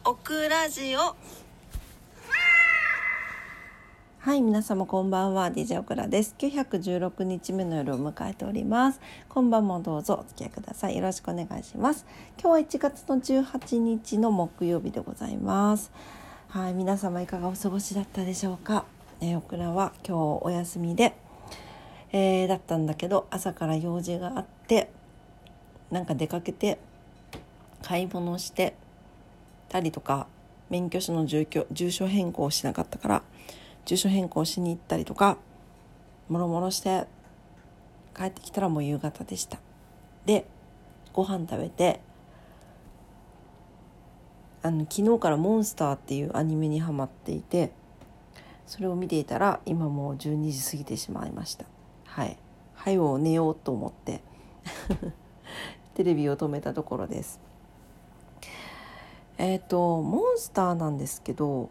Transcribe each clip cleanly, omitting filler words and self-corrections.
オクラジオ。はい、皆様こんばんは。 DJ オクラです。916日目の夜を迎えております。今晩もどうぞお付き合いください。よろしくお願いします。今日は1月の18日の木曜日でございます。はい、皆様いかがお過ごしだったでしょうか。オクラは今日お休みで、だったんだけど、朝から用事があってなんか出かけて買い物してたりとか、免許証の住所変更しなかったから住所変更しに行ったりとか、もろもろして帰ってきたらもう夕方でした。で、ご飯食べて、昨日からモンスターっていうアニメにハマっていて、それを見ていたら今もう12時過ぎてしまいました。はい、早う寝ようと思ってテレビを止めたところです。モンスターなんですけど、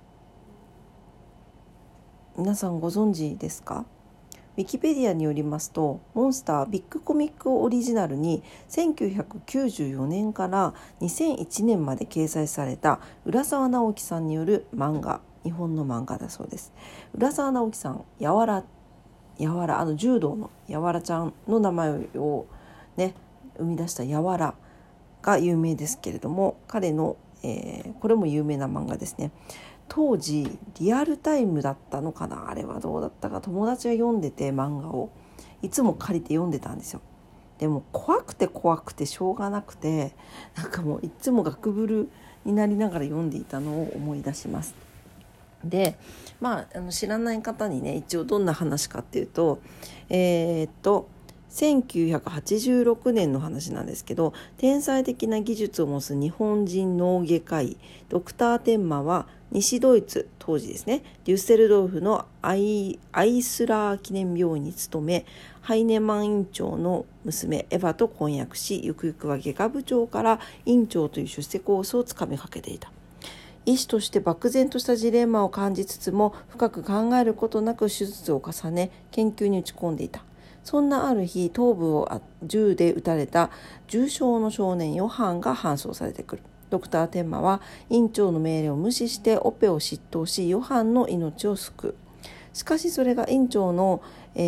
皆さんご存知ですか？ウィキペディアによりますと、モンスタービッグコミックオリジナルに1994年から2001年まで掲載された浦沢直樹さんによる漫画、日本の漫画だそうです。浦沢直樹さん、やわら柔道のやわらちゃんの名前をね生み出したやわらが有名ですけれども、彼の、これも有名な漫画ですね。当時リアルタイムだったのかな、あれはどうだったか、友達が読んでて漫画をいつも借りて読んでたんですよ。でも怖くてしょうがなくて、なんかもういつもガクブルになりながら読んでいたのを思い出します。で、知らない方にね、一応どんな話かっていうと、1986年の話なんですけど、天才的な技術を持つ日本人脳外科医ドクター天馬は西ドイツ、当時ですね、デュッセルドルフのアイスラー記念病院に勤め、ハイネマン院長の娘エヴァと婚約し、ゆくゆくは外科部長から院長という出世コースをつかみかけていた。医師として漠然としたジレンマを感じつつも、深く考えることなく手術を重ね、研究に打ち込んでいた。そんなある日、頭部を銃で撃たれた重傷の少年ヨハンが搬送されてくる。ドクター天馬は院長の命令を無視してオペを執刀し、ヨハンの命を救う。しかしそれが院長の、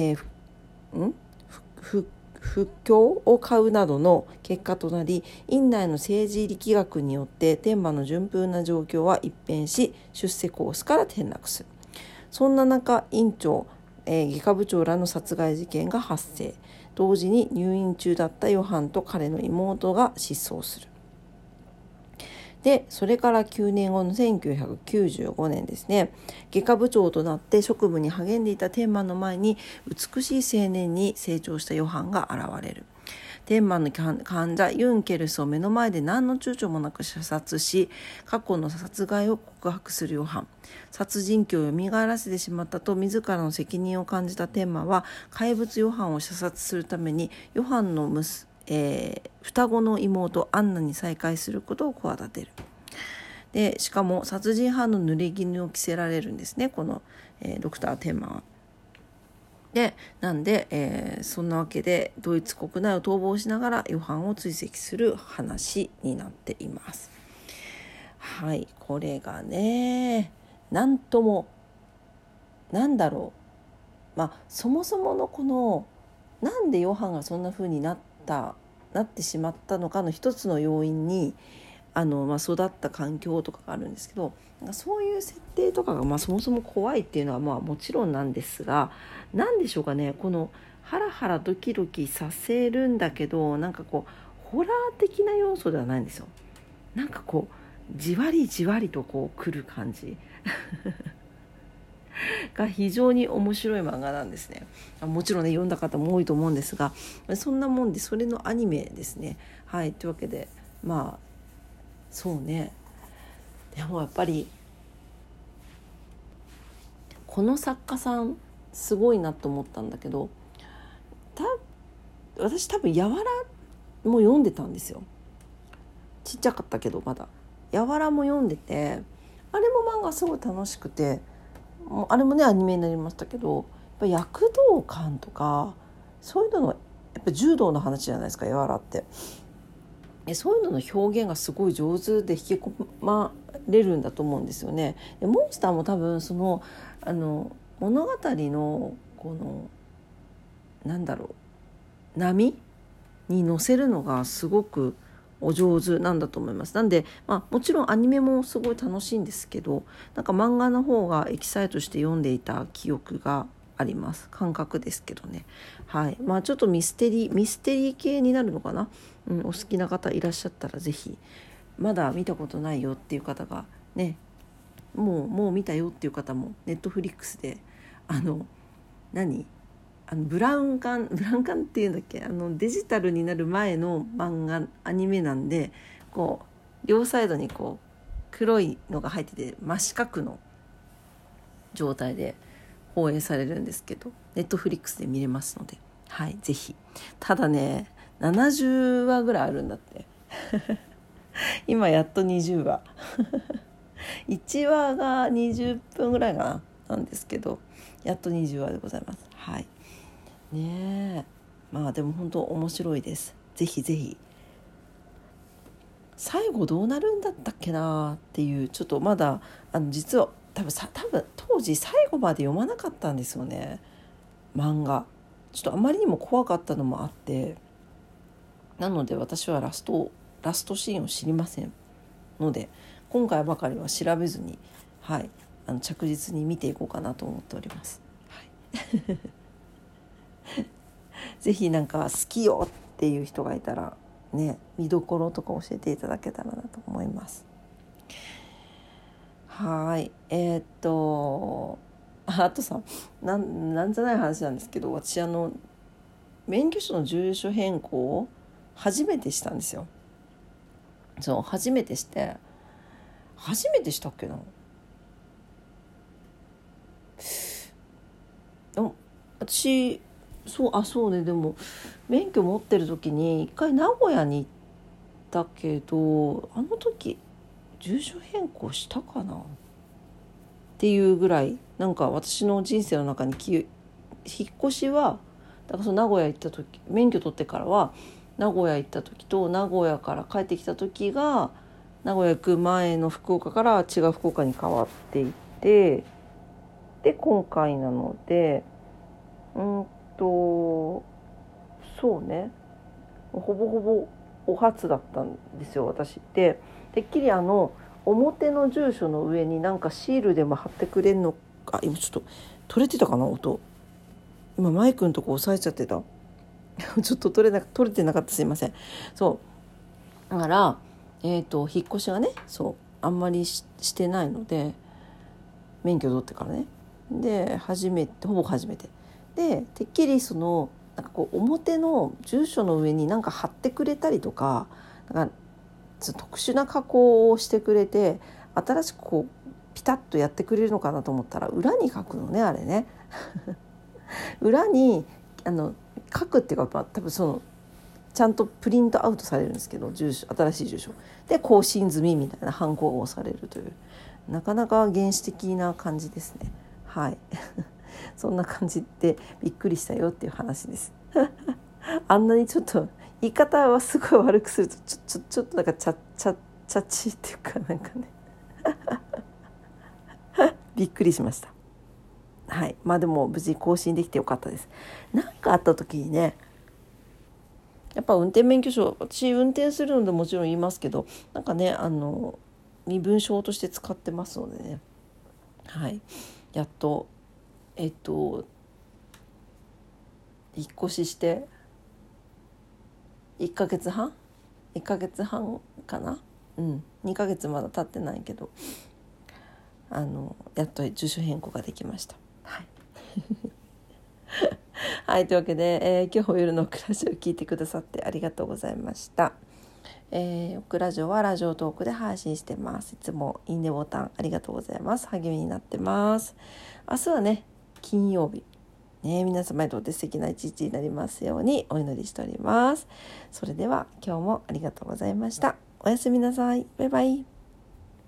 不況を買うなどの結果となり、院内の政治力学によって天馬の順風な状況は一変し、出世コースから転落する。そんな中、院長、外科部長らの殺害事件が発生。同時に入院中だったヨハンと彼の妹が失踪する。で、それから9年後の1995年ですね、外科部長となって職務に励んでいた天馬の前に、美しい青年に成長したヨハンが現れる。天馬の患者ユンケルスを目の前で何の躊躇もなく射殺し、過去の殺害を告白するヨハン。殺人鬼を蘇らせてしまったと自らの責任を感じた天馬は、怪物ヨハンを射殺するためにヨハンの双子の妹アンナに再会することを企てる。で、しかも殺人犯の濡れ衣を着せられるんですね、この、ドクター天馬は。で、なんで、そんなわけでドイツ国内を逃亡しながらヨハンを追跡する話になっています。はい、これがね、なんとも、そもそものこの、なんでヨハンがそんな風になってしまったのかの一つの要因に、育った環境とかがあるんですけど、そういう設定とかが、そもそも怖いっていうのはもちろんなんですが、なんでしょうかね、このハラハラドキドキさせるんだけど、なんかこうホラー的な要素ではないんですよ。なんかこうじわりじわりとこう来る感じが非常に面白い漫画なんですね。もちろんね、読んだ方も多いと思うんですが、そんなもんで、それのアニメですね。はい、というわけで、そうね、でもやっぱりこの作家さんすごいなと思ったんだけど、私多分やわらも読んでたんですよ。ちっちゃかったけどまだやわらも読んでて、あれも漫画すごい楽しくて、あれもねアニメになりましたけど、やっぱ躍動感とかそういうのはやっぱ柔道の話じゃないですか、やわらって。 そういうのの表現がすごい上手で引き込まれるんだと思うんですよね。でモンスターも多分その物語のこのなんだろう波に乗せるのがすごくお上手なんだと思います。なんで、もちろんアニメもすごい楽しいんですけど、なんか漫画の方がエキサイトして読んでいた記憶があります。感覚ですけどね。はい。ちょっとミステリー系になるのかな。お好きな方いらっしゃったらぜひ、まだ見たことないよっていう方がね、もう見たよっていう方もネットフリックスでブラウン管っていうんだっけ、デジタルになる前の漫画アニメなんで、こう両サイドにこう黒いのが入ってて真四角の状態で放映されるんですけど、ネットフリックスで見れますので、はい、ぜひ。ただね70話ぐらいあるんだって今やっと20話1話が20分ぐらいかななんですけど、やっと20話でございます。はいねえ、でも本当面白いです。ぜひぜひ。最後どうなるんだったっけなっていう、ちょっとまだ実は多分当時最後まで読まなかったんですよね、漫画。ちょっとあまりにも怖かったのもあって、なので私はラストシーンを知りませんので、今回ばかりは調べずに、はい、着実に見ていこうかなと思っております。はいぜひなんか好きよっていう人がいたらね、見どころとか教えていただけたらなと思います。はい。あとさ、なんじゃない話なんですけど、私免許証の住所変更を初めてしたんですよ。そう、初めてしたっけな。私そうね、でも免許持ってる時に一回名古屋に行ったけど、あの時住所変更したかなっていうぐらい、なんか私の人生の中に引っ越しはだから、その名古屋行った時、免許取ってからは名古屋行った時と名古屋から帰ってきた時が、名古屋行く前の福岡から違う福岡に変わっていって、で今回なのでそうね、ほぼほぼお初だったんですよ私って。てっきり表の住所の上になんかシールでも貼ってくれんのか。今ちょっと取れてたかな音。今マイクのとこ押さえちゃってたちょっと取れてなかった、すいません。そうだから引っ越しがね、そうあんまりしてないので、免許取ってからね、でほぼ初めてで、てっきりなんかこう表の住所の上になんか貼ってくれたりとか、なんか特殊な加工をしてくれて新しくこうピタッとやってくれるのかなと思ったら、裏に書くのね、あれね裏に書くっていうか、多分ちゃんとプリントアウトされるんですけど、新しい住所で更新済みみたいなハンコが押されるという、なかなか原始的な感じですね。はいそんな感じでびっくりしたよっていう話ですあんなにちょっと言い方はすごい悪くするとちょっとなんかチャチっていうかなんかねびっくりしました。はい。でも無事更新できてよかったです。なんかあった時にね、やっぱ運転免許証、私運転するのでもちろん言いますけど、なんかね身分証として使ってますのでね、はい、やっと引っ越しして1ヶ月半かな、2ヶ月まだ経ってないけど、やっと住所変更ができました。はいはい、というわけで、今日も夜のオクラジオを聞いてくださってありがとうございました。オクラジオはラジオトークで配信してます。いつもいいねボタンありがとうございます。励みになってます。明日はね、金曜日ね、皆様にとって素敵な一日になりますようにお祈りしております。それでは今日もありがとうございました。おやすみなさい。バイバイ。